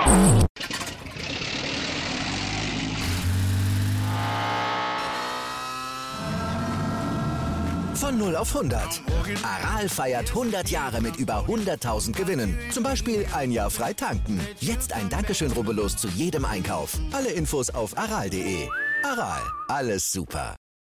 Von 0 auf 100. Aral feiert 100 Jahre mit über 100.000 Gewinnen. Zum Beispiel ein Jahr frei tanken. Jetzt ein Dankeschön, rubbellos zu jedem Einkauf. Alle Infos auf aral.de. Aral, alles super.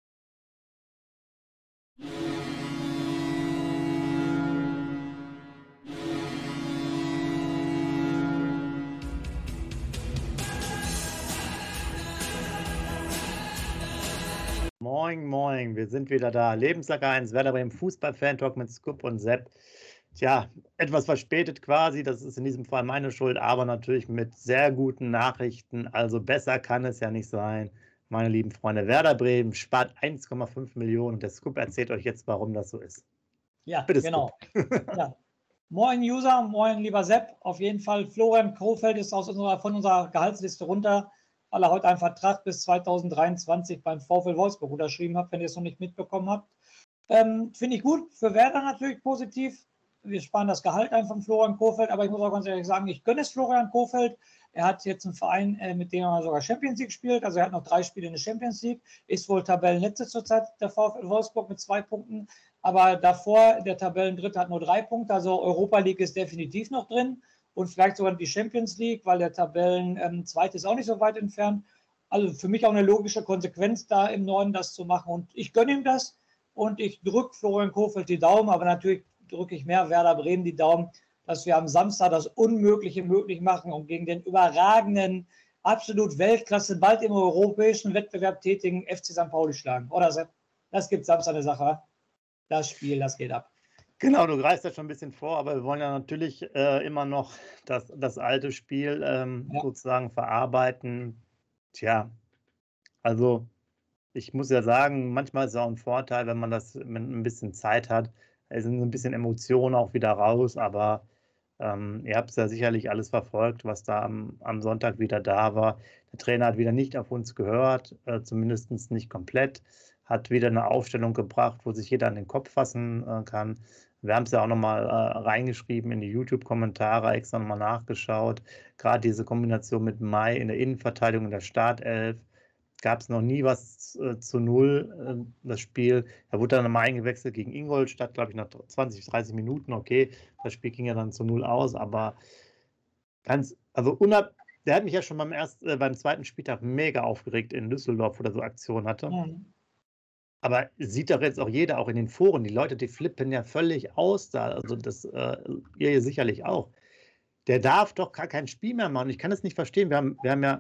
Moin, moin, wir sind wieder da. Lebenstag 1, Werder Bremen Fußball-Fan-Talk mit Scoop und Sepp. Tja, etwas verspätet quasi, das ist in diesem Fall meine Schuld, aber natürlich mit sehr guten Nachrichten. Also besser kann es ja nicht sein. Meine lieben Freunde, Werder Bremen spart 1,5 Millionen und der Scoop erzählt euch jetzt, warum das so ist. Ja, bitte, genau. Ja. Moin User, moin lieber Sepp. Auf jeden Fall, Florian Kohfeldt ist von unserer Gehaltsliste runter, weil er heute einen Vertrag bis 2023 beim VfL Wolfsburg unterschrieben hat, wenn ihr es noch nicht mitbekommen habt. Finde ich gut, für Werder natürlich positiv. Wir sparen das Gehalt ein von Florian Kohfeldt, aber ich muss auch ganz ehrlich sagen, ich gönne es Florian Kohfeldt. Er hat jetzt einen Verein, mit dem er sogar Champions League spielt, also er hat noch 3 Spiele in der Champions League, ist wohl Tabellenletzter zurzeit der VfL Wolfsburg mit 2 Punkten, aber davor der Tabellendritte hat nur 3 Punkte, also Europa League ist definitiv noch drin. Und vielleicht sogar die Champions League, weil der Tabellenzweite ist auch nicht so weit entfernt. Also für mich auch eine logische Konsequenz da im Norden das zu machen. Und ich gönne ihm das und ich drücke Florian Kohfeldt die Daumen, aber natürlich drücke ich mehr Werder Bremen die Daumen, dass wir am Samstag das Unmögliche möglich machen und gegen den überragenden, absolut Weltklasse, bald im europäischen Wettbewerb tätigen FC St. Pauli schlagen. Oder Sepp? Das gibt Samstag eine Sache. Das Spiel, das geht ab. Genau, du greifst das schon ein bisschen vor, aber wir wollen ja natürlich immer noch das alte Spiel sozusagen verarbeiten. Tja, also ich muss ja sagen, manchmal ist es auch ein Vorteil, wenn man das mit ein bisschen Zeit hat. Es sind ein bisschen Emotionen auch wieder raus, aber ihr habt es ja sicherlich alles verfolgt, was da am Sonntag wieder da war. Der Trainer hat wieder nicht auf uns gehört, zumindest nicht komplett, hat wieder eine Aufstellung gebracht, wo sich jeder an den Kopf fassen kann. Wir haben es ja auch nochmal reingeschrieben in die YouTube-Kommentare, extra nochmal nachgeschaut. Gerade diese Kombination mit Mai in der Innenverteidigung, in der Startelf, gab es noch nie was zu 0, das Spiel. Er wurde dann mal eingewechselt gegen Ingolstadt, glaube ich, nach 20, 30 Minuten. Okay, das Spiel ging ja dann zu 0 aus, aber der hat mich ja schon beim zweiten Spieltag mega aufgeregt in Düsseldorf, wo er so Aktionen hatte. Mhm. Aber sieht doch jetzt auch jeder, auch in den Foren, die Leute, die flippen ja völlig aus da. Also das ihr sicherlich auch. Der darf doch gar kein Spiel mehr machen. Ich kann es nicht verstehen. Wir haben ja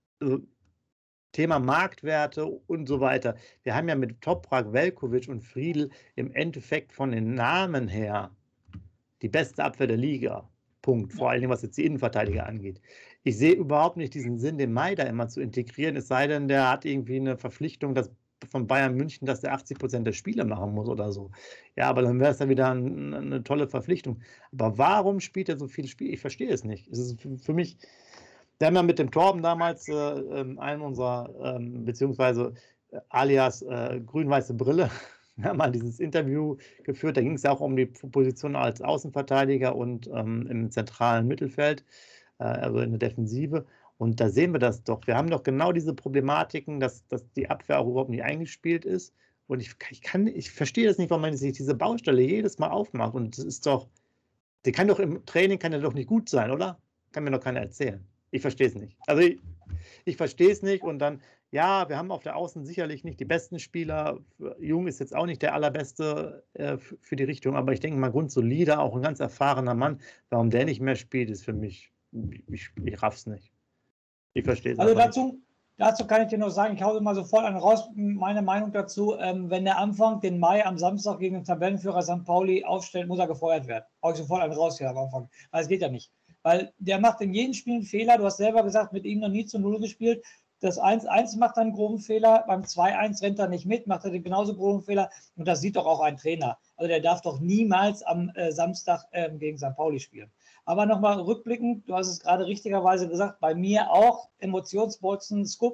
Thema Marktwerte und so weiter. Wir haben ja mit Toprak, Veljković und Friedl im Endeffekt von den Namen her die beste Abwehr der Liga. Punkt. Vor allem, was jetzt die Innenverteidiger angeht. Ich sehe überhaupt nicht diesen Sinn, den Mai da immer zu integrieren, es sei denn, der hat irgendwie eine Verpflichtung, von Bayern München, dass der 80% der Spiele machen muss oder so. Ja, aber dann wäre es ja wieder eine tolle Verpflichtung. Aber warum spielt er so viele Spiele? Ich verstehe es nicht. Es ist für mich, wir haben ja mit dem Torben damals einen unserer, beziehungsweise alias grün-weiße Brille, wir haben mal dieses Interview geführt, da ging es ja auch um die Position als Außenverteidiger und im zentralen Mittelfeld, also in der Defensive. Und da sehen wir das doch. Wir haben doch genau diese Problematiken, dass die Abwehr auch überhaupt nicht eingespielt ist. Und ich verstehe das nicht, warum man sich diese Baustelle jedes Mal aufmacht. Und das ist doch, im Training kann der doch nicht gut sein, oder? Kann mir doch keiner erzählen. Ich verstehe es nicht. Also ich verstehe es nicht. Und dann, ja, wir haben auf der Außen sicherlich nicht die besten Spieler. Jung ist jetzt auch nicht der allerbeste für die Richtung. Aber ich denke mal, grundsolide, auch ein ganz erfahrener Mann. Warum der nicht mehr spielt, ist für mich, ich raff's nicht. Ich verstehe es. Also dazu kann ich dir noch sagen, ich hau mal sofort einen raus, meine Meinung dazu, wenn der Anfang den Mai am Samstag gegen den Tabellenführer St. Pauli aufstellt, muss er gefeuert werden. Hau ich sofort einen raus hier am Anfang. Weil es geht ja nicht. Weil der macht in jedem Spiel einen Fehler. Du hast selber gesagt, mit ihm noch nie zu 0 gespielt. Das 1-1 macht er einen groben Fehler, beim 2-1 rennt er nicht mit, macht er den genauso groben Fehler. Und das sieht doch auch ein Trainer. Also der darf doch niemals am Samstag gegen St. Pauli spielen. Aber nochmal rückblickend, du hast es gerade richtigerweise gesagt, bei mir auch Emotionsbolzen, Scoop.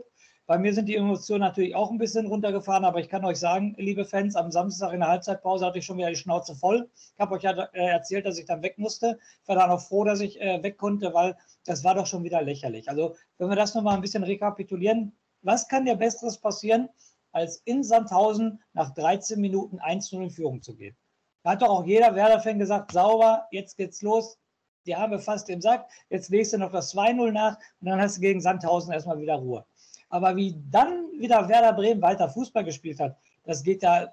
Bei mir sind die Emotionen natürlich auch ein bisschen runtergefahren, aber ich kann euch sagen, liebe Fans, am Samstag in der Halbzeitpause hatte ich schon wieder die Schnauze voll. Ich habe euch ja erzählt, dass ich dann weg musste. Ich war dann auch froh, dass ich weg konnte, weil das war doch schon wieder lächerlich. Also wenn wir das nochmal ein bisschen rekapitulieren, was kann dir Besseres passieren, als in Sandhausen nach 13 Minuten 1-0 in Führung zu gehen? Da hat doch auch jeder Werder-Fan gesagt, sauber, jetzt geht's los, die haben wir fast im Sack, jetzt legst du noch das 2-0 nach und dann hast du gegen Sandhausen erstmal wieder Ruhe. Aber wie dann wieder Werder Bremen weiter Fußball gespielt hat, das geht ja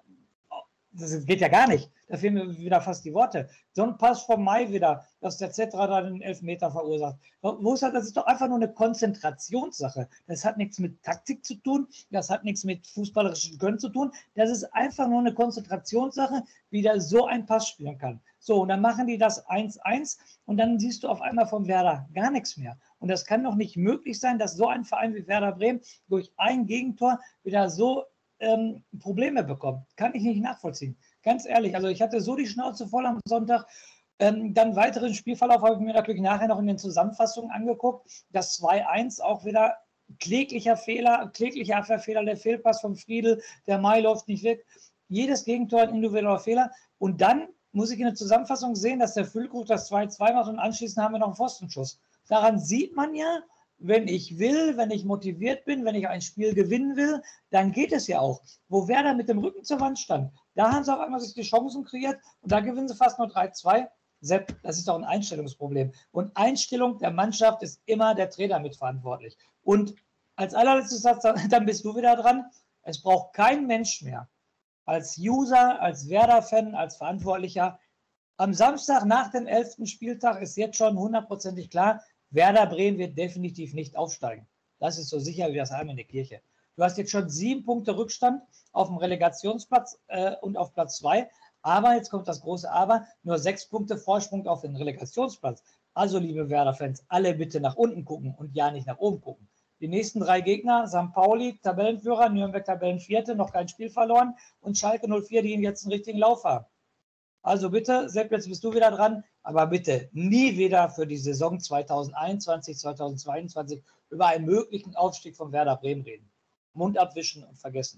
gar nicht. Da fehlen mir wieder fast die Worte. So ein Pass vom Mai wieder, dass der Zetra da den Elfmeter verursacht. Das ist doch einfach nur eine Konzentrationssache. Das hat nichts mit Taktik zu tun, das hat nichts mit fußballerischem Können zu tun. Das ist einfach nur eine Konzentrationssache, wie der so einen Pass spielen kann. So, und dann machen die das 1-1 und dann siehst du auf einmal vom Werder gar nichts mehr. Und das kann doch nicht möglich sein, dass so ein Verein wie Werder Bremen durch ein Gegentor wieder so Probleme bekommt. Kann ich nicht nachvollziehen. Ganz ehrlich, also ich hatte so die Schnauze voll am Sonntag. Dann weiteren Spielverlauf habe ich mir natürlich nachher noch in den Zusammenfassungen angeguckt. Das 2-1 auch wieder kläglicher Abwehrfehler, der Fehlpass vom Friedel, der Mai läuft nicht weg. Jedes Gegentor ein individueller Fehler. Und dann muss ich in der Zusammenfassung sehen, dass der Füllkrug das 2-2 macht und anschließend haben wir noch einen Pfostenschuss. Daran sieht man ja, wenn ich will, wenn ich motiviert bin, wenn ich ein Spiel gewinnen will, dann geht es ja auch. Wo Werder mit dem Rücken zur Wand stand, da haben sie auf einmal sich die Chancen kreiert und da gewinnen sie fast nur 3-2. Sepp, das ist doch ein Einstellungsproblem. Und Einstellung der Mannschaft ist immer der Trainer mitverantwortlich. Und als allerletztes Satz, dann bist du wieder dran. Es braucht kein Mensch mehr, als User, als Werder-Fan, als Verantwortlicher. Am Samstag nach dem 11. Spieltag ist jetzt schon hundertprozentig klar, Werder Bremen wird definitiv nicht aufsteigen. Das ist so sicher wie das Heim in der Kirche. Du hast jetzt schon 7 Punkte Rückstand auf dem Relegationsplatz und auf Platz 2. Aber, jetzt kommt das große Aber, nur 6 Punkte Vorsprung auf den Relegationsplatz. Also, liebe Werder-Fans, alle bitte nach unten gucken und ja nicht nach oben gucken. Die nächsten 3 Gegner, St. Pauli, Tabellenführer, Nürnberg Tabellenvierte, noch kein Spiel verloren und Schalke 04, die jetzt einen richtigen Lauf haben. Also bitte, Sepp, jetzt bist du wieder dran, aber bitte nie wieder für die Saison 2021, 2022 über einen möglichen Aufstieg von Werder Bremen reden. Mund abwischen und vergessen.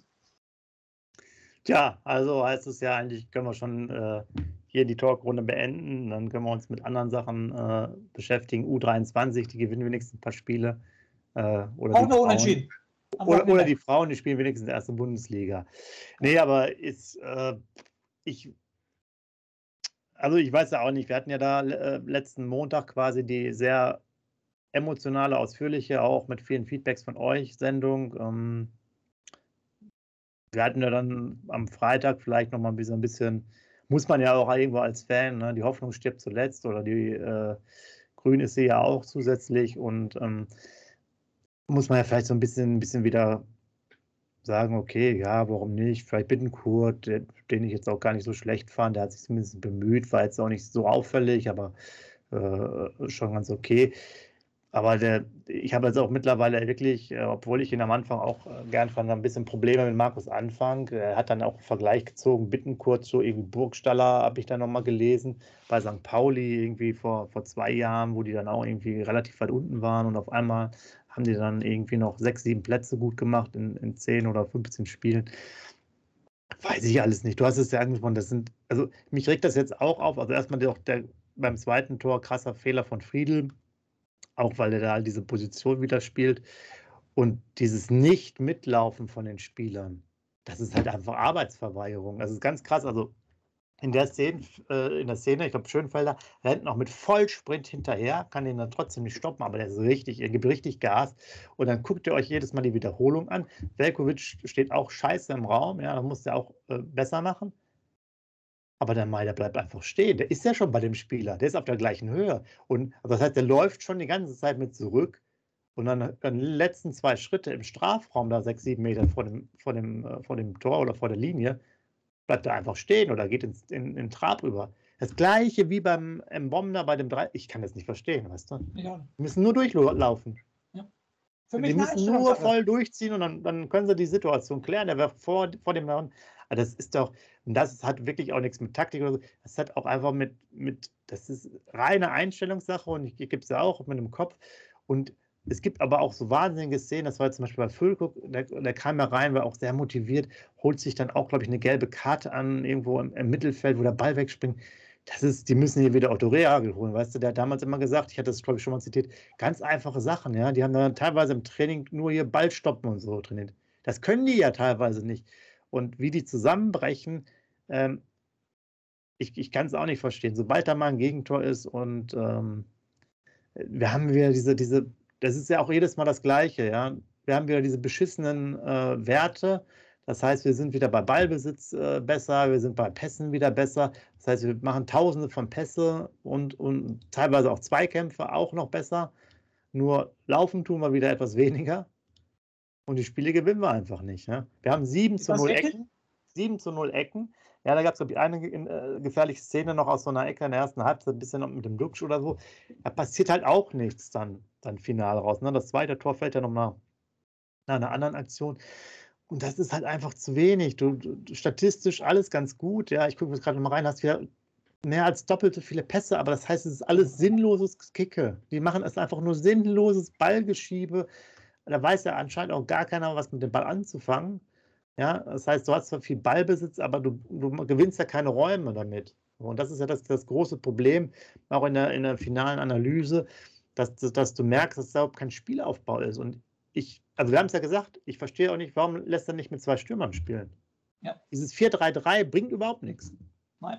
Tja, also heißt es ja eigentlich, können wir schon hier die Talkrunde beenden. Dann können wir uns mit anderen Sachen beschäftigen. U23, die gewinnen wenigstens ein paar Spiele. Oder auch nur unentschieden. Oder die Frauen, die spielen wenigstens erste Bundesliga. Nee, aber ich weiß ja auch nicht, wir hatten ja da letzten Montag quasi die sehr emotionale, ausführliche, auch mit vielen Feedbacks von euch Sendung. Wir hatten ja dann am Freitag vielleicht nochmal ein bisschen, muss man ja auch irgendwo als Fan, ne, die Hoffnung stirbt zuletzt oder die Grün ist sie ja auch zusätzlich und muss man ja vielleicht so ein bisschen wieder sagen, okay, ja, warum nicht? Vielleicht Bittencourt, den ich jetzt auch gar nicht so schlecht fand, der hat sich zumindest bemüht, war jetzt auch nicht so auffällig, aber schon ganz okay. Aber ich habe jetzt auch mittlerweile wirklich, obwohl ich ihn am Anfang auch gern fand, ein bisschen Probleme mit Markus Anfang. Er hat dann auch einen Vergleich gezogen, Bittencourt, so irgendwie Burgstaller, habe ich dann nochmal gelesen, bei St. Pauli irgendwie vor 2 Jahren, wo die dann auch irgendwie relativ weit unten waren und auf einmal haben die dann irgendwie noch 6, 7 Plätze gut gemacht in 10 oder 15 Spielen. Weiß ich alles nicht. Du hast es ja angesprochen, also mich regt das jetzt auch auf. Also erstmal beim zweiten Tor krasser Fehler von Friedl, auch weil er da diese Position wieder spielt. Und dieses Nicht-Mitlaufen von den Spielern, das ist halt einfach Arbeitsverweigerung. Das ist ganz krass. Also in der Szene, ich glaube, Schönfelder rennt noch mit Vollsprint hinterher, kann den dann trotzdem nicht stoppen, aber er gibt richtig Gas. Und dann guckt ihr euch jedes Mal die Wiederholung an. Veljković steht auch scheiße im Raum, ja, da muss der auch besser machen. Aber der Mai, der bleibt einfach stehen. Der ist ja schon bei dem Spieler, der ist auf der gleichen Höhe. Und also das heißt, der läuft schon die ganze Zeit mit zurück. Und dann die letzten 2 Schritte im Strafraum, da 6, 7 Meter vor dem Tor oder vor der Linie, bleibt er einfach stehen oder geht in Trab rüber. Das gleiche wie beim Mbomber bei dem 3. Ich kann das nicht verstehen, weißt du? Ja. Die müssen nur durchlaufen. Ja. Die müssen nur voll durchziehen und dann können sie die Situation klären. Der wäre vor dem Laden. Aber das ist doch, und das hat wirklich auch nichts mit Taktik oder so. Das hat auch einfach das ist reine Einstellungssache und ich gebe es ja auch mit dem Kopf. Und es gibt aber auch so wahnsinnige Szenen, das war jetzt zum Beispiel bei Füllkrug, der kam ja rein, war auch sehr motiviert, holt sich dann auch, glaube ich, eine gelbe Karte an, irgendwo im Mittelfeld, wo der Ball wegspringt. Die müssen hier wieder Otto Rehhagel holen, weißt du, der hat damals immer gesagt, ich hatte das, glaube ich, schon mal zitiert, ganz einfache Sachen, ja, die haben dann teilweise im Training nur hier Ball stoppen und so trainiert. Das können die ja teilweise nicht. Und wie die zusammenbrechen, ich kann es auch nicht verstehen. Sobald da mal ein Gegentor ist und wir haben wieder das ist ja auch jedes Mal das Gleiche, ja. Wir haben wieder diese beschissenen Werte. Das heißt, wir sind wieder bei Ballbesitz besser, wir sind bei Pässen wieder besser. Das heißt, wir machen Tausende von Pässe und teilweise auch Zweikämpfe auch noch besser. Nur laufen tun wir wieder etwas weniger. Und die Spiele gewinnen wir einfach nicht. Ja? Wir haben 7:0 Ecken. 7:0 Ecken. Ja, da gab es, glaube ich, eine gefährliche Szene noch aus so einer Ecke in der ersten Halbzeit, ein bisschen noch mit dem Duksch oder so. Da passiert halt auch nichts dann final raus. Ne? Das zweite Tor fällt ja noch nach einer anderen Aktion. Und das ist halt einfach zu wenig. Du statistisch alles ganz gut. Ja, ich gucke jetzt gerade noch mal rein, hast wieder mehr als doppelt so viele Pässe, aber das heißt, es ist alles sinnloses Kicke. Die machen es einfach nur sinnloses Ballgeschiebe. Da weiß ja anscheinend auch gar keiner, was mit dem Ball anzufangen. Ja, das heißt, du hast zwar viel Ballbesitz, aber du gewinnst ja keine Räume damit. Und das ist ja das große Problem, auch in der finalen Analyse, dass du merkst, dass da überhaupt kein Spielaufbau ist. Und also wir haben es ja gesagt, ich verstehe auch nicht, warum lässt er nicht mit 2 Stürmern spielen? Ja. Dieses 4-3-3 bringt überhaupt nichts. Nein.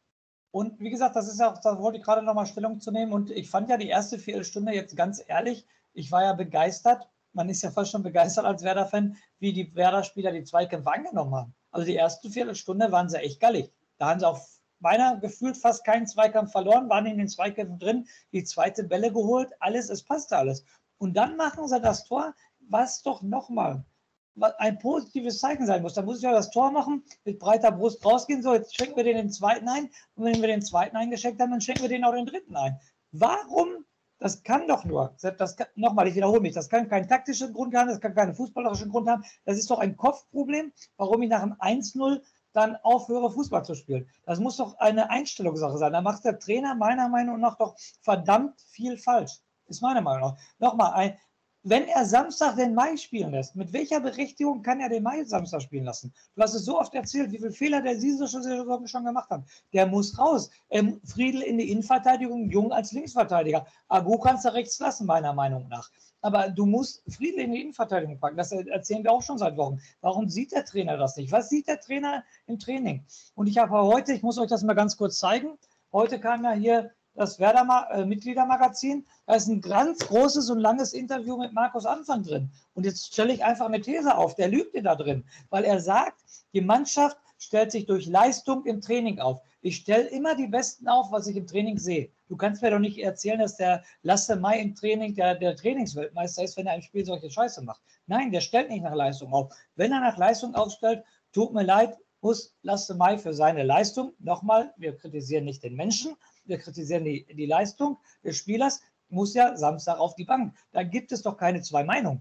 Und wie gesagt, das ist ja, da wollte ich gerade nochmal Stellung zu nehmen. Und ich fand ja die erste Viertelstunde jetzt ganz ehrlich, ich war ja begeistert. Man ist ja fast schon begeistert als Werder-Fan, wie die Werder-Spieler die Zweikämpfe angenommen haben. Also die erste Viertelstunde waren sie echt gallig. Da haben sie auch beinahe gefühlt fast keinen Zweikampf verloren, waren in den Zweikämpfen drin, die zweite Bälle geholt, alles, es passte alles. Und dann machen sie das Tor, was doch nochmal ein positives Zeichen sein muss. Da muss ich ja das Tor machen, mit breiter Brust rausgehen, so, jetzt schenken wir den zweiten ein. Und wenn wir den zweiten eingeschenkt haben, dann schenken wir den auch den dritten ein. Warum? Das kann doch nur, nochmal, ich wiederhole mich, das kann keinen taktischen Grund haben, das kann keinen fußballerischen Grund haben. Das ist doch ein Kopfproblem, warum ich nach dem 1-0 dann aufhöre, Fußball zu spielen. Das muss doch eine Einstellungssache sein. Da macht der Trainer meiner Meinung nach doch verdammt viel falsch. Ist meine Meinung nach. Nochmal, wenn er Samstag den Mai spielen lässt, mit welcher Berechtigung kann er den Mai Samstag spielen lassen? Du hast es so oft erzählt, wie viele Fehler der diese Saison schon gemacht hat. Der muss raus. Friedl in die Innenverteidigung, Jung als Linksverteidiger. Agu kannst du rechts lassen, meiner Meinung nach. Aber du musst Friedl in die Innenverteidigung packen. Das erzählen wir auch schon seit Wochen. Warum sieht der Trainer das nicht? Was sieht der Trainer im Training? Und ich habe heute, ich muss euch das mal ganz kurz zeigen, heute kam ja hier das Werder-Mitgliedermagazin, da ist ein ganz großes und langes Interview mit Markus Anfang drin. Und jetzt stelle ich einfach eine These auf, der lügt dir da drin, weil er sagt, die Mannschaft stellt sich durch Leistung im Training auf. Ich stelle immer die Besten auf, was ich im Training sehe. Du kannst mir doch nicht erzählen, dass der Lasse Mai im Training der Trainingsweltmeister ist, wenn er im Spiel solche Scheiße macht. Nein, der stellt nicht nach Leistung auf. Wenn er nach Leistung aufstellt, tut mir leid, muss Lasse Mai für seine Leistung, nochmal, wir kritisieren nicht den Menschen, wir kritisieren die Leistung des Spielers, muss ja Samstag auf die Bank. Da gibt es doch keine zwei Meinungen.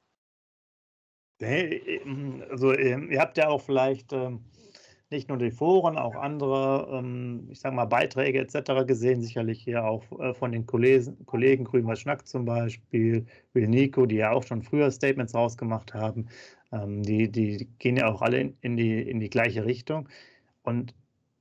Also ihr habt ja auch vielleicht nicht nur die Foren, auch andere, ich sage mal, Beiträge etc. gesehen, sicherlich hier auch von den Kollegen Grünwald Schnack zum Beispiel, Will Nico, die ja auch schon früher Statements rausgemacht haben. Die gehen ja auch alle in die gleiche Richtung. Und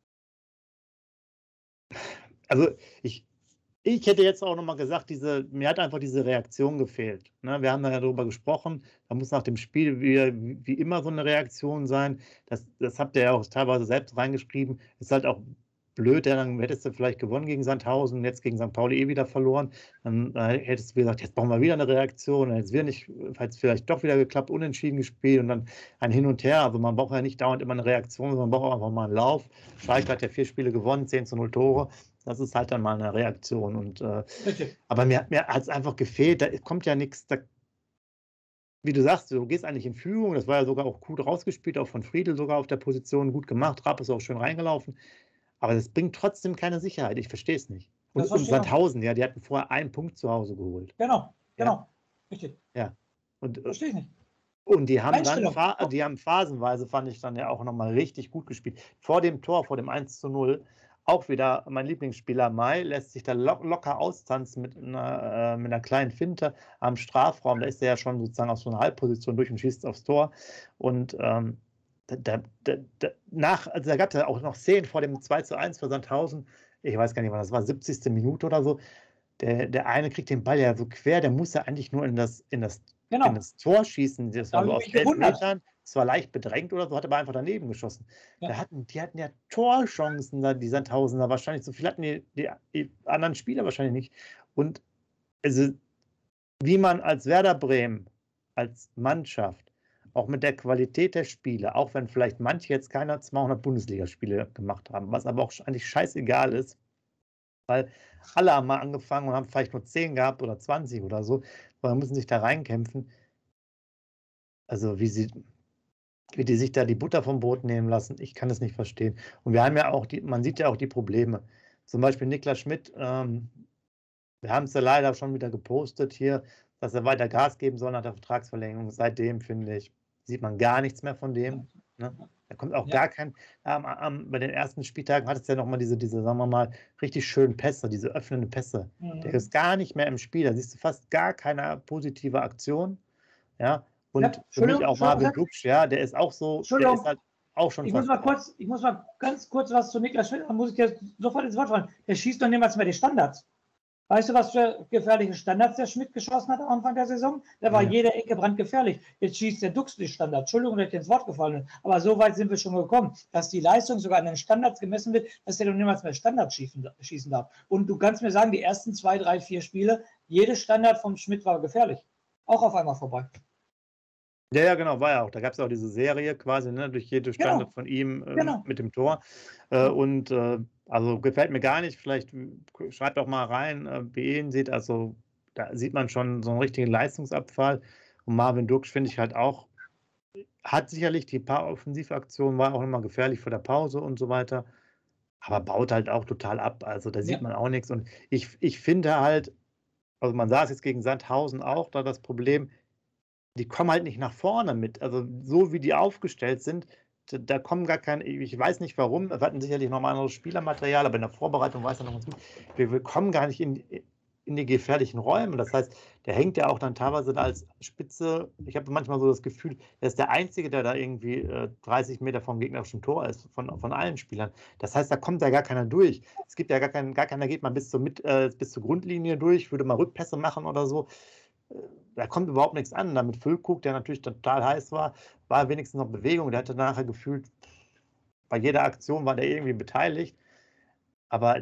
also ich hätte jetzt auch nochmal gesagt, mir hat einfach diese Reaktion gefehlt. Ne? Wir haben ja darüber gesprochen, da muss nach dem Spiel wie immer so eine Reaktion sein. Das habt ihr ja auch teilweise selbst reingeschrieben. Ist halt auch blöd, dann hättest du vielleicht gewonnen gegen Sandhausen, jetzt gegen St. Pauli wieder verloren. Dann hättest du gesagt, jetzt brauchen wir wieder eine Reaktion. Dann hätte es vielleicht doch wieder geklappt, unentschieden gespielt und dann ein Hin und Her. Also man braucht ja nicht dauernd immer eine Reaktion, sondern man braucht einfach mal einen Lauf. Schalke hat ja 4 Spiele gewonnen, 10:0 Tore. Das ist halt dann mal eine Reaktion. Und, aber mir hat es einfach gefehlt. Da kommt ja nichts. Wie du sagst, du gehst eigentlich in Führung. Das war ja sogar auch gut rausgespielt, auch von Friedl sogar auf der Position. Gut gemacht. Rapp ist auch schön reingelaufen. Aber das bringt trotzdem keine Sicherheit. Ich verstehe es nicht. Und Sandhausen, ja, die hatten vorher 1 Punkt zu Hause geholt. Genau. Ja. Richtig. Ja. Verstehe ich nicht. Und die haben phasenweise, fand ich dann ja auch nochmal richtig gut gespielt. Vor dem Tor, vor dem 1:0, auch wieder mein Lieblingsspieler Mai, lässt sich da locker austanzen mit einer kleinen Finte am Strafraum. Da ist er ja schon sozusagen aus so einer Halbposition durch und schießt aufs Tor. Und also da gab es ja auch noch Szenen vor dem 2:1 für Sandhausen. Ich weiß gar nicht, wann das war, 70. Minute oder so. Der eine kriegt den Ball ja so quer, der muss ja eigentlich nur in das Tor schießen. Das war so aus 11 Metern. Es war leicht bedrängt oder so, hat aber einfach daneben geschossen. Ja. Die hatten ja Torchancen, die Sandhausener. Wahrscheinlich so viel hatten die anderen Spieler wahrscheinlich nicht. Und also, wie man als Werder Bremen, als Mannschaft, auch mit der Qualität der Spiele, auch wenn vielleicht manche jetzt keine 200 Bundesligaspiele gemacht haben, was aber auch eigentlich scheißegal ist, weil alle haben mal angefangen und haben vielleicht nur 10 gehabt oder 20 oder so, weil müssen sich da reinkämpfen. Also wie die sich da die Butter vom Brot nehmen lassen, ich kann das nicht verstehen. Und wir haben ja auch man sieht ja auch die Probleme. Zum Beispiel Niklas Schmidt, wir haben es ja leider schon wieder gepostet hier, dass er weiter Gas geben soll nach der Vertragsverlängerung. Seitdem, finde ich, sieht man gar nichts mehr von dem. Ne? Da kommt auch gar kein, bei den ersten Spieltagen hat es ja nochmal diese, sagen wir mal, richtig schönen Pässe, diese öffnenden Pässe. Der ist gar nicht mehr im Spiel, da siehst du fast gar keine positive Aktion. Ja, und für mich auch Marvin Duksch, ja, der ist auch so, der ist halt auch schon ich muss mal ganz kurz was zu Niklas Schmidt, dann muss ich dir sofort ins Wort fallen. Der schießt doch niemals mehr die Standards. Weißt du, was für gefährliche Standards der Schmidt geschossen hat am Anfang der Saison? Da war jede Ecke brandgefährlich. Jetzt schießt der Dux die Standards. Entschuldigung, dass ich ins Wort gefallen bin. Aber so weit sind wir schon gekommen, dass die Leistung sogar an den Standards gemessen wird, dass der doch niemals mehr Standards schießen darf. Und du kannst mir sagen, die ersten 2, 3, 4 Spiele, jedes Standard vom Schmidt war gefährlich. Auch auf einmal vorbei. Ja, genau, war ja auch. Da gab es auch diese Serie quasi, ne, durch jede Standard von ihm mit dem Tor. Also gefällt mir gar nicht. Vielleicht schreibt auch mal rein, wie ihr ihn seht. Also da sieht man schon so einen richtigen Leistungsabfall. Und Marvin Duksch finde ich halt auch, hat sicherlich die paar Offensivaktionen, war auch immer gefährlich vor der Pause und so weiter. Aber baut halt auch total ab. Also da sieht man auch nichts. Und ich finde halt, also man sah es jetzt gegen Sandhausen auch, da das Problem, die kommen halt nicht nach vorne mit. Also so wie die aufgestellt sind, da kommen gar keine, ich weiß nicht warum, wir hatten sicherlich noch mal anderes Spielermaterial, aber in der Vorbereitung weiß er noch ganz gut, wir kommen gar nicht in die gefährlichen Räume. Das heißt, der hängt ja auch dann teilweise da als Spitze. Ich habe manchmal so das Gefühl, er ist der Einzige, der da irgendwie 30 Meter vom gegnerischen Tor ist, von allen Spielern. Das heißt, da kommt ja gar keiner durch. Es gibt ja gar keiner geht mal bis zur Grundlinie durch, würde mal Rückpässe machen oder so. Da kommt überhaupt nichts an. Damit Füllkrug, der natürlich total heiß war wenigstens noch Bewegung. Der hatte nachher gefühlt, bei jeder Aktion war der irgendwie beteiligt. Aber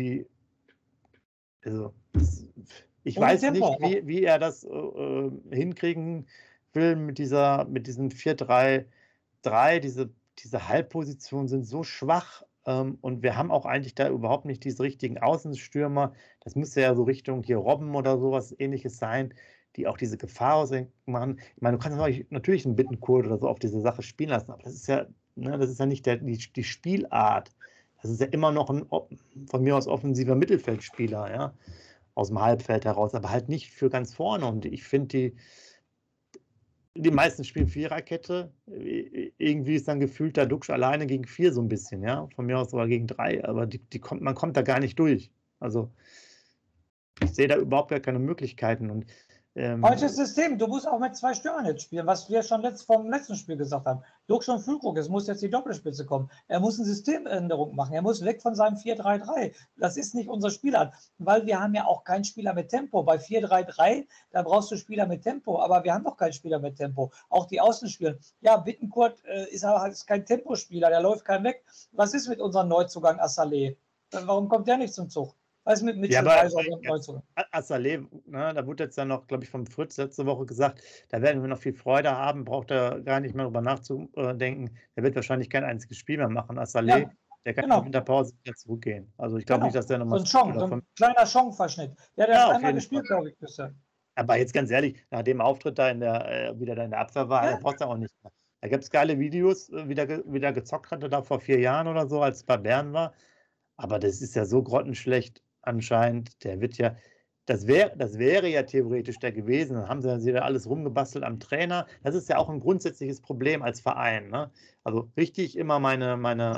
also ich weiß nicht, wie er das hinkriegen will mit diesem 4-3-3. Diese Halbpositionen sind so schwach. Und wir haben auch eigentlich da überhaupt nicht diese richtigen Außenstürmer. Das müsste ja so Richtung hier Robben oder sowas Ähnliches sein, die auch diese Gefahr ausmachen. Ich meine, du kannst natürlich einen Bittencourt oder so auf diese Sache spielen lassen, aber das ist ja nicht die Spielart. Das ist ja immer noch ein von mir aus offensiver Mittelfeldspieler, ja, aus dem Halbfeld heraus, aber halt nicht für ganz vorne. Und ich finde, die meisten spielen Viererkette. Irgendwie ist dann gefühlt der Duksch alleine gegen 4 so ein bisschen, ja. Von mir aus sogar gegen 3, aber man kommt da gar nicht durch. Also ich sehe da überhaupt gar keine Möglichkeiten. Und falsches System, du musst auch mit 2 Stürmern jetzt spielen, was wir schon vom letzten Spiel gesagt haben. Duksch und Füllkrug, es muss jetzt die Doppelspitze kommen. Er muss eine Systemänderung machen, er muss weg von seinem 4-3-3. Das ist nicht unsere Spielart, weil wir haben ja auch keinen Spieler mit Tempo. Bei 4-3-3, da brauchst du Spieler mit Tempo, aber wir haben doch keinen Spieler mit Tempo. Auch die Außenspieler. Ja, Bittencourt ist kein Tempospieler, der läuft kein weg. Was ist mit unserem Neuzugang Assalé? Warum kommt der nicht zum Zug? Was mit Mitchell Weiser und Neuzugang? Assalé, ne, da wurde jetzt dann noch, glaube ich, vom Fritz letzte Woche gesagt, da werden wir noch viel Freude haben, braucht er gar nicht mehr drüber nachzudenken. Der wird wahrscheinlich kein einziges Spiel mehr machen. Assalé, der kann in der Winterpause wieder zurückgehen. Also ich glaube nicht, dass der nochmal... So ein kleiner Chong-Verschnitt. Der hat einmal gespielt, glaube ich, bisher. Aber jetzt ganz ehrlich, nach dem Auftritt da wieder da in der Abwehr war, er braucht es auch nicht mehr. Da gibt es geile Videos, wie der gezockt hatte, da vor 4 Jahren oder so, als es bei Bern war. Aber das ist ja so grottenschlecht anscheinend. Der wird ja, das wäre ja theoretisch der gewesen. Dann haben sie da alles rumgebastelt am Trainer. Das ist ja auch ein grundsätzliches Problem als Verein. Ne? Also richtig immer meine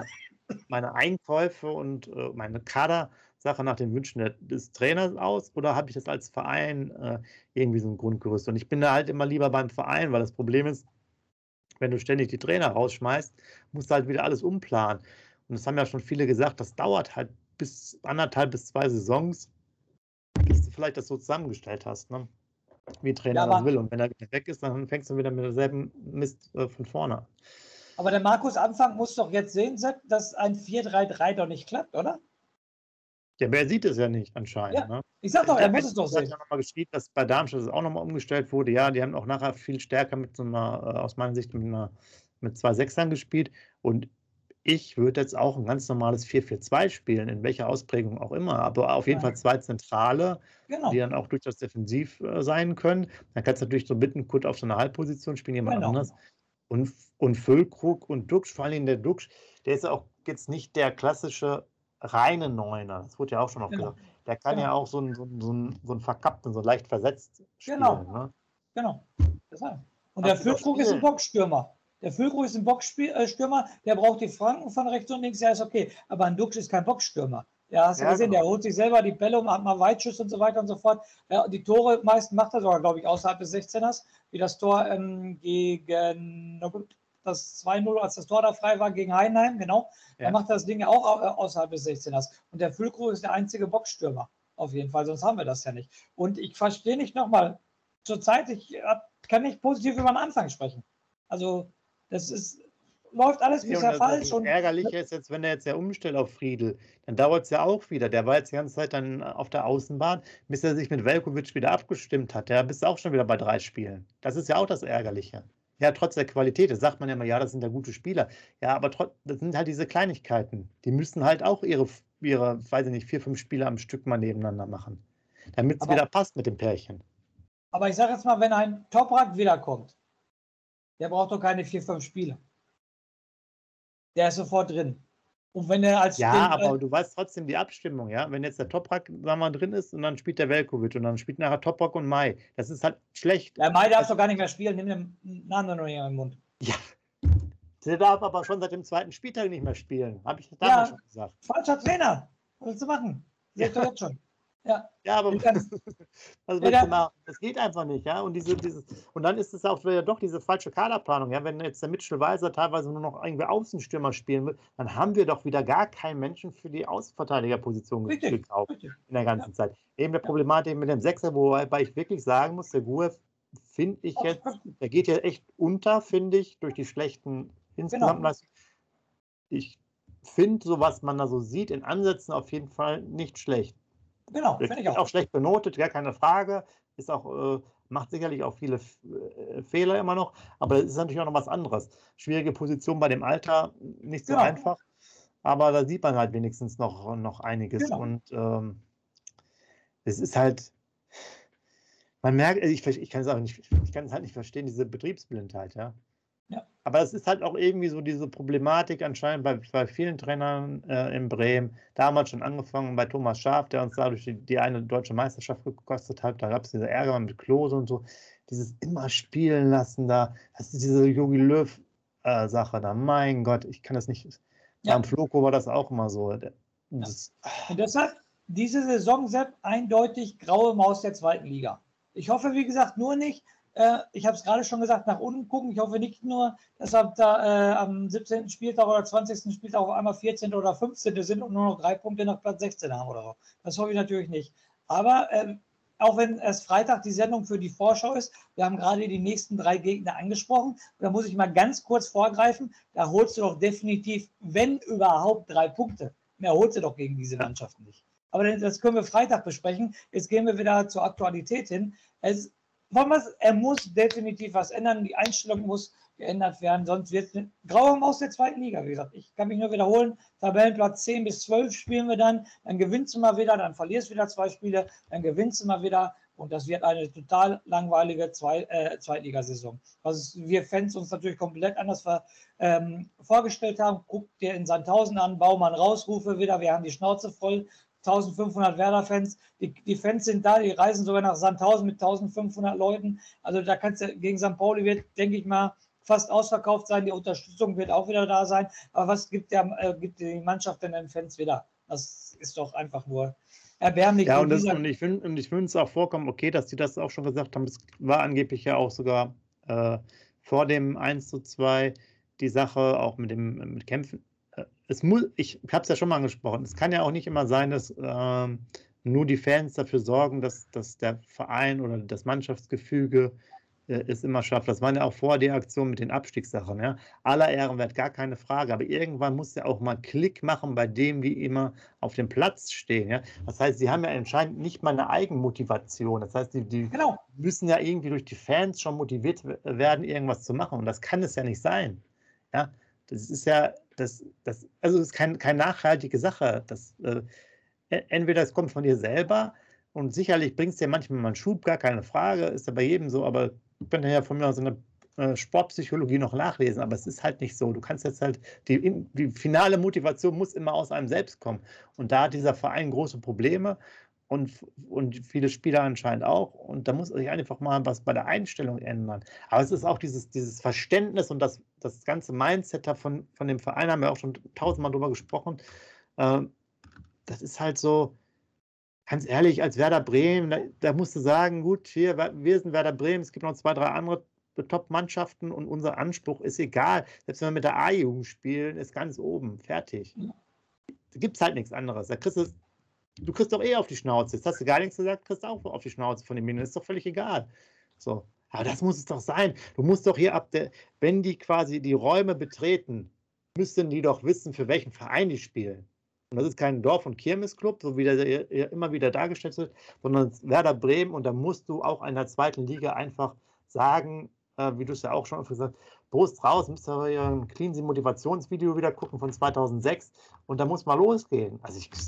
meine Einkäufe und meine Kadersache nach den Wünschen des Trainers aus oder habe ich das als Verein irgendwie so ein Grundgerüst? Und ich bin da halt immer lieber beim Verein, weil das Problem ist, wenn du ständig die Trainer rausschmeißt, musst du halt wieder alles umplanen. Und das haben ja schon viele gesagt, das dauert halt bis 1,5 bis 2 Saisons, bis du vielleicht das so zusammengestellt hast, ne? Wie Trainer das will. Und wenn er weg ist, dann fängst du wieder mit derselben Mist von vorne an. Aber der Markus Anfang muss doch jetzt sehen, Sepp, dass ein 4-3-3 doch nicht klappt, oder? Ja, aber er sieht es ja nicht anscheinend. Ja, ne? ich sag doch, er muss es doch sehen. Ich habe nochmal geschrieben, dass bei Darmstadt es auch nochmal umgestellt wurde. Ja, die haben auch nachher viel stärker mit so einer, aus meiner Sicht, mit 2 Sechsern gespielt. Und ich würde jetzt auch ein ganz normales 4-4-2 spielen, in welcher Ausprägung auch immer. Aber auf jeden Fall 2 Zentrale, die dann auch durchaus defensiv sein können. Dann kannst du natürlich so Bittenkurt auf so einer Halbposition spielen, jemand anders. Und Füllkrug und Duxch, vor allem der Duxch, der ist auch jetzt nicht der klassische reine Neuner. Das wurde ja auch schon oft gesagt. Der kann ja auch so einen verkappten, so leicht versetzt spielen. Ne? Genau. Und der Füllkrug ist ein Boxstürmer. Der Füllkrug ist ein Boxstürmer, der braucht die Flanken von rechts und links, ja, ist okay. Aber ein Duxch ist kein Boxstürmer. Ja, hast du gesehen, der holt sich selber die Bälle um, hat mal Weitschuss und so weiter und so fort. Ja, die Tore meist macht er sogar, glaube ich, außerhalb des 16ers, wie das Tor gegen das 2-0, als das Tor da frei war gegen Heidenheim, genau. Ja. Da macht er das Ding ja auch außerhalb des 16ers. Und der Füllkrug ist der einzige Boxstürmer, auf jeden Fall, sonst haben wir das ja nicht. Und ich verstehe nicht nochmal, zurzeit, ich kann nicht positiv über den Anfang sprechen. Also, läuft alles bisher falsch. Das Ärgerliche ist jetzt, wenn er jetzt ja umstellt auf Friedl, dann dauert es ja auch wieder. Der war jetzt die ganze Zeit dann auf der Außenbahn, bis er sich mit Veljković wieder abgestimmt hat. Ja, bist du auch schon wieder bei 3 Spielen. Das ist ja auch das Ärgerliche. Ja, trotz der Qualität, das sagt man ja immer, ja, das sind ja gute Spieler. Ja, aber das sind halt diese Kleinigkeiten. Die müssen halt auch ihre, weiß ich nicht, 4, 5 Spiele am Stück mal nebeneinander machen. Damit es wieder passt mit dem Pärchen. Aber ich sage jetzt mal, wenn ein Toprak wiederkommt, der braucht doch keine 4, 5 Spiele. Der ist sofort drin. Und wenn er als aber du weißt trotzdem die Abstimmung, ja. Wenn jetzt der Toprak, sagen wir mal, drin ist und dann spielt der Veljković und dann spielt nachher Toprak und Mai. Das ist halt schlecht. Der Mai darf doch gar nicht mehr spielen, nimm den Namen noch nicht in den Mund. Ja. Der darf aber schon seit dem 2. Spieltag nicht mehr spielen. Habe ich damals schon gesagt. Falscher Trainer. Was willst du machen? Seht ihr jetzt schon. Ja, aber was willst du machen? Das geht einfach nicht, ja. Und und dann ist es auch wieder doch diese falsche Kaderplanung, ja. Wenn jetzt der Mitchell-Weiser teilweise nur noch irgendwie Außenstürmer spielen will, dann haben wir doch wieder gar keinen Menschen für die Außenverteidigerposition gekauft in der ganzen Zeit. Eben der Problematik mit dem Sechser, wobei ich wirklich sagen muss, der Guev, finde ich jetzt, der geht ja echt unter, finde ich, durch die schlechten Insgesamtleistungen. Ich finde, so was man da so sieht, in Ansätzen auf jeden Fall nicht schlecht. Genau, finde ich auch. Ist auch schlecht benotet, gar keine Frage. Ist auch, macht sicherlich auch viele Fehler immer noch, aber das ist natürlich auch noch was anderes. Schwierige Position bei dem Alter, nicht so einfach, aber da sieht man halt wenigstens noch einiges. Und es ist halt, man merkt, ich kann es halt nicht verstehen, diese Betriebsblindheit, ja. Aber es ist halt auch irgendwie so diese Problematik anscheinend bei vielen Trainern in Bremen. Damals schon angefangen bei Thomas Schaaf, der uns dadurch die eine deutsche Meisterschaft gekostet hat. Da gab es diese Ärger mit Klose und so. Dieses immer spielen lassen da. Das ist diese Jogi Löw-Sache da. Mein Gott, ich kann das nicht. Beim Floko war das auch immer so. Und deshalb diese Saison, Sepp, eindeutig graue Maus der 2. Liga. Ich hoffe, wie gesagt, nur nicht, ich habe es gerade schon gesagt, nach unten gucken. Ich hoffe nicht nur, dass da am 17. Spieltag oder 20. Spieltag auf einmal 14. oder 15. sind und nur noch 3 Punkte nach Platz 16 haben oder so. Das hoffe ich natürlich nicht. Aber auch wenn erst Freitag die Sendung für die Vorschau ist, wir haben gerade die nächsten 3 Gegner angesprochen. Da muss ich mal ganz kurz vorgreifen. Da holst du doch definitiv, wenn überhaupt, 3 Punkte. Mehr holst du doch gegen diese Mannschaften nicht. Aber das können wir Freitag besprechen. Jetzt gehen wir wieder zur Aktualität hin. Er muss definitiv was ändern. Die Einstellung muss geändert werden. Sonst wird es eine graue Maus der 2. Liga. Wie gesagt, ich kann mich nur wiederholen. Tabellenplatz 10 bis 12 spielen wir dann. Dann gewinnst du mal wieder. Dann verlierst du wieder 2 Spiele. Dann gewinnst du mal wieder. Und das wird eine total langweilige Zweitligasaison. Was wir Fans uns natürlich komplett anders vorgestellt haben. Guck dir in Sandhausen an. Baumann Rausrufe wieder. Wir haben die Schnauze voll. 1500 Werder-Fans, die Fans sind da, die reisen sogar nach Sandhausen mit 1500 Leuten. Also da kannst du gegen St. Pauli wird, denke ich mal, fast ausverkauft sein, die Unterstützung wird auch wieder da sein. Aber was gibt die Mannschaft denn den Fans wieder? Das ist doch einfach nur erbärmlich. Ja, und ich finde es auch vollkommen okay, dass die das auch schon gesagt haben. Es war angeblich ja auch sogar vor dem 1:2 die Sache, auch mit Kämpfen. Ich habe es ja schon mal angesprochen, es kann ja auch nicht immer sein, dass nur die Fans dafür sorgen, dass der Verein oder das Mannschaftsgefüge es immer schafft. Das waren ja auch vorher die Aktionen mit den Abstiegssachen. Ja? Aller Ehren wert, gar keine Frage. Aber irgendwann muss ja auch mal Klick machen bei dem, die immer auf dem Platz stehen. Ja? Das heißt, sie haben ja anscheinend nicht mal eine Eigenmotivation. Das heißt, die müssen ja irgendwie durch die Fans schon motiviert werden, irgendwas zu machen. Und das kann es ja nicht sein. Ja? Das ist ja, also es ist keine nachhaltige Sache. Entweder es kommt von dir selber und sicherlich bringt es dir manchmal mal einen Schub, gar keine Frage, ist ja bei jedem so, aber ich könnte ja von mir aus in der Sportpsychologie noch nachlesen, aber es ist halt nicht so. Du kannst jetzt halt, die finale Motivation muss immer aus einem selbst kommen. Und da hat dieser Verein große Probleme und viele Spieler anscheinend auch. Und da muss sich einfach mal was bei der Einstellung ändern. Aber es ist auch dieses Verständnis und das ganze Mindset von dem Verein, haben wir auch schon tausendmal drüber gesprochen. Das ist halt so, ganz ehrlich, als Werder Bremen, da musst du sagen, gut, hier, wir sind Werder Bremen, es gibt noch 2, 3 andere Top-Mannschaften und unser Anspruch ist egal. Selbst wenn wir mit der A-Jugend spielen, ist ganz oben, fertig. Da gibt es halt nichts anderes. Du kriegst doch auf die Schnauze. Jetzt hast du gar nichts gesagt, kriegst auch auf die Schnauze von den Medien. Das ist doch völlig egal. So. Aber das muss es doch sein. Du musst doch hier wenn die quasi die Räume betreten, müssten die doch wissen, für welchen Verein die spielen. Und das ist kein Dorf- und Kirmesclub, so wie der immer wieder dargestellt wird, sondern Werder Bremen. Und da musst du auch in der zweiten Liga einfach sagen, wie du es ja auch schon gesagt hast, Brust raus, müsst ihr ein Cleansy-Motivationsvideo wieder gucken von 2006 und da muss mal losgehen.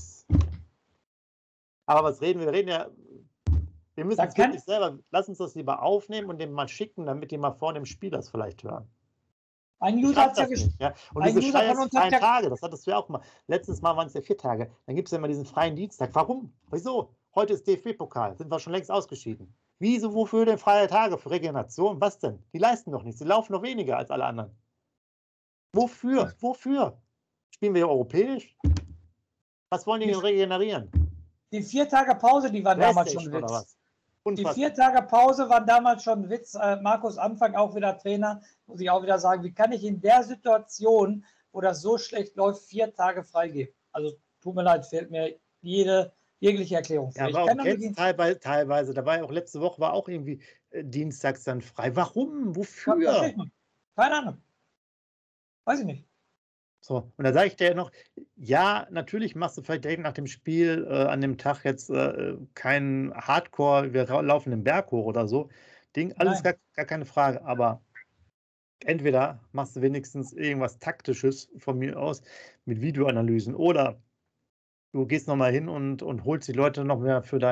Aber was reden wir? Wir reden ja, wir müssen es wirklich selber, lass uns das lieber aufnehmen und dem mal schicken, damit die mal vor dem Spiel das vielleicht hören. Ein User hat es ja. Und diese freien Tage, das hattest du ja auch mal. Letztes Mal waren es ja 4 Tage. Dann gibt es ja immer diesen freien Dienstag. Warum? Wieso? Heute ist DFB-Pokal. Sind wir schon längst ausgeschieden. Wieso, wofür denn freie Tage? Für Regeneration? Was denn? Die leisten doch nichts. Die laufen noch weniger als alle anderen. Wofür? Wofür? Spielen wir europäisch? Was wollen die denn regenerieren? Die 4 Tage Pause, die waren damals schon Witz. Die 4 Tage Pause waren damals schon ein Witz. Markus Anfang auch wieder Trainer, muss ich auch wieder sagen, wie kann ich in der Situation, wo das so schlecht läuft, 4 Tage freigeben? Also tut mir leid, fehlt mir jegliche Erklärung. Ja, aber auch teilweise, dabei auch letzte Woche war auch irgendwie dienstags dann frei. Warum? Wofür? Keine Ahnung. Weiß ich nicht. So, und da sage ich dir noch, ja, natürlich machst du vielleicht direkt nach dem Spiel an dem Tag jetzt keinen Hardcore, wir laufen den Berg hoch oder so. Alles gar keine Frage, aber entweder machst du wenigstens irgendwas Taktisches von mir aus mit Videoanalysen oder du gehst nochmal hin und holst die Leute noch mehr für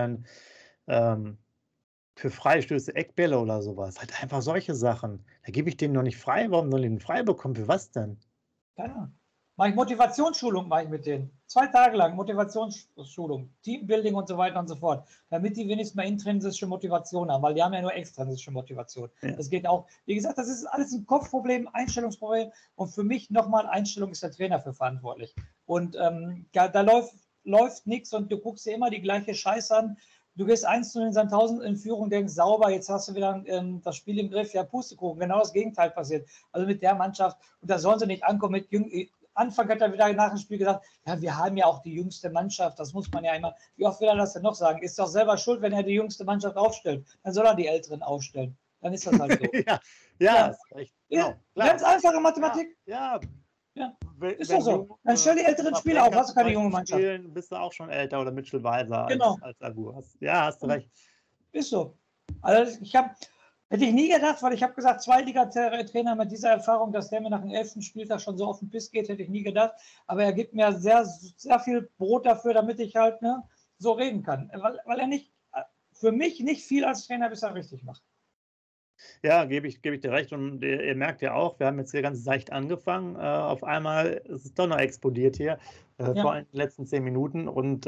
für Freistöße, Eckbälle oder sowas. Halt einfach solche Sachen. Da gebe ich denen noch nicht frei. Warum sollen die den frei bekommen? Für was denn? Keine Ahnung. Mache ich Motivationsschulung mit denen. 2 Tage lang Motivationsschulung, Teambuilding und so weiter und so fort, damit die wenigstens mal intrinsische Motivation haben, weil die haben ja nur extrinsische Motivation. Ja. Das geht auch, wie gesagt, das ist alles ein Kopfproblem, Einstellungsproblem und für mich nochmal Einstellung ist der Trainer für verantwortlich. Und da läuft nichts und du guckst dir immer die gleiche Scheiße an. Du gehst 1:0 in Sandhausen in Führung, denkst, sauber, jetzt hast du wieder das Spiel im Griff, ja, Pustekuchen, genau das Gegenteil passiert. Also mit der Mannschaft, und da sollen sie nicht ankommen mit Anfang hat er wieder nach dem Spiel gesagt, ja, wir haben ja auch die jüngste Mannschaft, das muss man ja immer, wie oft will er das denn noch sagen? Ist doch selber schuld, wenn er die jüngste Mannschaft aufstellt. Dann soll er die Älteren aufstellen. Dann ist das halt so. ja, ist recht. Genau, ganz einfache Mathematik. Ja. Ist doch so. Dann stell die älteren Spieler auf, hast du keine junge Mannschaft. Bist du auch schon älter oder Mitchell Weiser als Agu. Hast du recht. Ist so. Also hätte ich nie gedacht, weil ich habe gesagt, Zweitliga-Trainer mit dieser Erfahrung, dass der mir nach dem 11. Spieltag schon so auf den Piss geht, hätte ich nie gedacht. Aber er gibt mir sehr, sehr viel Brot dafür, damit ich halt so reden kann. Weil er für mich nicht viel als Trainer bisher richtig macht. Ja, gebe ich dir recht. Und ihr merkt ja auch, wir haben jetzt hier ganz seicht angefangen. Auf einmal ist es doch noch explodiert hier, vor den letzten 10 Minuten. Und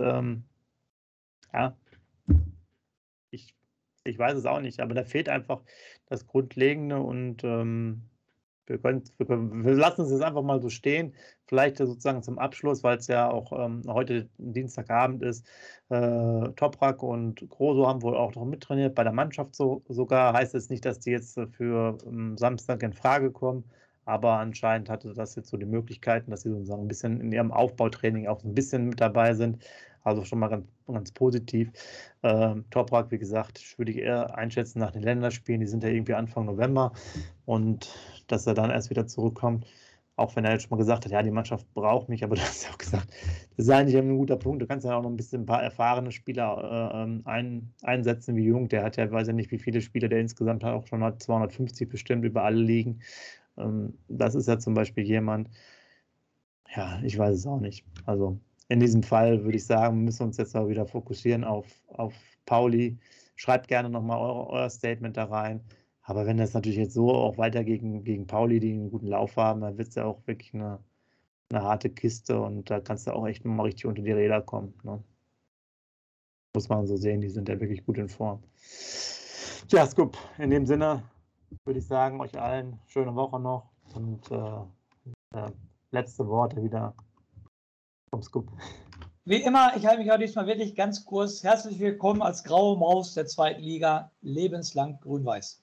ich weiß es auch nicht, aber da fehlt einfach das Grundlegende und Wir lassen es jetzt einfach mal so stehen. Vielleicht sozusagen zum Abschluss, weil es ja auch heute Dienstagabend ist. Toprak und Grosso haben wohl auch noch mittrainiert, bei der Mannschaft sogar. Heißt es nicht, dass die jetzt für Samstag in Frage kommen. Aber anscheinend hatte das jetzt so die Möglichkeiten, dass sie sozusagen ein bisschen in ihrem Aufbautraining auch ein bisschen mit dabei sind. Also schon mal ganz, ganz positiv. Toprak, wie gesagt, würde ich eher einschätzen nach den Länderspielen. Die sind ja irgendwie Anfang November. Und dass er dann erst wieder zurückkommt. Auch wenn er jetzt schon mal gesagt hat, ja, die Mannschaft braucht mich. Aber du hast ja auch gesagt, das ist eigentlich ein guter Punkt. Du kannst ja auch noch ein paar erfahrene Spieler einsetzen wie Jung. Der hat ja, weiß ja nicht, wie viele Spieler der insgesamt hat. Auch schon hat 250 bestimmt über alle Ligen. Das ist ja zum Beispiel jemand, ja, ich weiß es auch nicht. Also in diesem Fall würde ich sagen, wir müssen uns jetzt mal wieder fokussieren auf Pauli. Schreibt gerne nochmal euer Statement da rein. Aber wenn das natürlich jetzt so auch weiter gegen Pauli, die einen guten Lauf haben, dann wird es ja auch wirklich eine harte Kiste und da kannst du auch echt mal richtig unter die Räder kommen. Ne? Muss man so sehen, die sind ja wirklich gut in Form. Ja, Scoop, in dem Sinne würde ich sagen, euch allen schöne Woche noch und letzte Worte wieder vom Scoop. Wie immer, ich halte mich heute diesmal wirklich ganz kurz. Herzlich willkommen als graue Maus der zweiten Liga, lebenslang grün-weiß.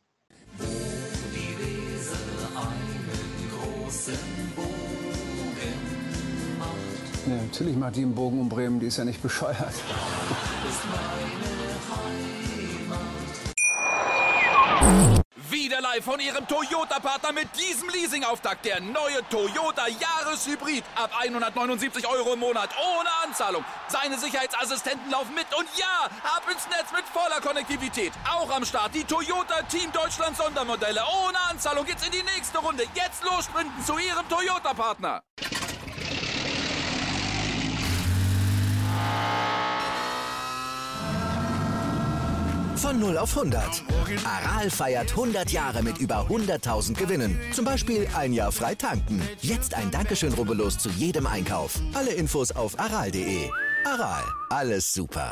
Ja, natürlich macht die einen Bogen um Bremen, die ist ja nicht bescheuert. Wieder live von Ihrem Toyota-Partner mit diesem Leasing-Auftakt. Der neue Toyota Jahreshybrid. Ab 179 € im Monat. Ohne Anzahlung. Seine Sicherheitsassistenten laufen mit. Und ja, ab ins Netz mit voller Konnektivität. Auch am Start die Toyota Team Deutschland Sondermodelle. Ohne Anzahlung geht's in die nächste Runde. Jetzt los sprinten zu Ihrem Toyota-Partner. Von 0 auf 100. Aral feiert 100 Jahre mit über 100.000 Gewinnen. Zum Beispiel ein Jahr frei tanken. Jetzt ein Dankeschön, rubbellos zu jedem Einkauf. Alle Infos auf aral.de. Aral, alles super.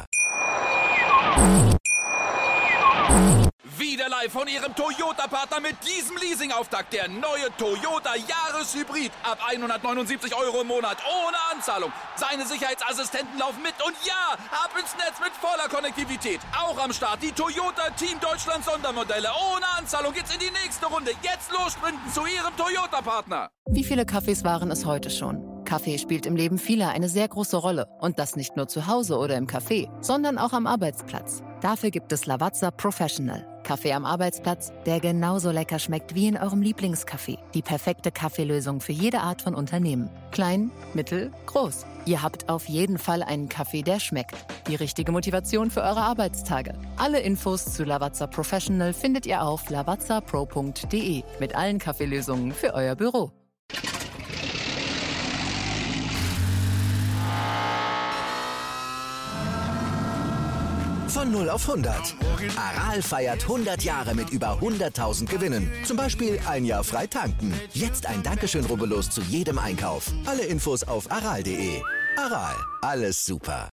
Wieder live von Ihrem Toyota-Partner mit diesem Leasing-Auftakt. Der neue Toyota Jahreshybrid. Ab 179 € im Monat. Ohne Anzahlung. Seine Sicherheitsassistenten laufen mit. Und ja, ab ins Netz mit voller Konnektivität. Auch am Start die Toyota Team Deutschland Sondermodelle. Ohne Anzahlung geht's in die nächste Runde. Jetzt los sprinten zu Ihrem Toyota-Partner. Wie viele Kaffees waren es heute schon? Kaffee spielt im Leben vieler eine sehr große Rolle. Und das nicht nur zu Hause oder im Café, sondern auch am Arbeitsplatz. Dafür gibt es Lavazza Professional. Kaffee am Arbeitsplatz, der genauso lecker schmeckt wie in eurem Lieblingscafé. Die perfekte Kaffeelösung für jede Art von Unternehmen. Klein, mittel, groß. Ihr habt auf jeden Fall einen Kaffee, der schmeckt. Die richtige Motivation für eure Arbeitstage. Alle Infos zu Lavazza Professional findet ihr auf lavazzapro.de mit allen Kaffeelösungen für euer Büro. Von 0 auf 100. Aral feiert 100 Jahre mit über 100.000 Gewinnen. Zum Beispiel ein Jahr frei tanken. Jetzt ein Dankeschön, rubbellos zu jedem Einkauf. Alle Infos auf aral.de. Aral, alles super.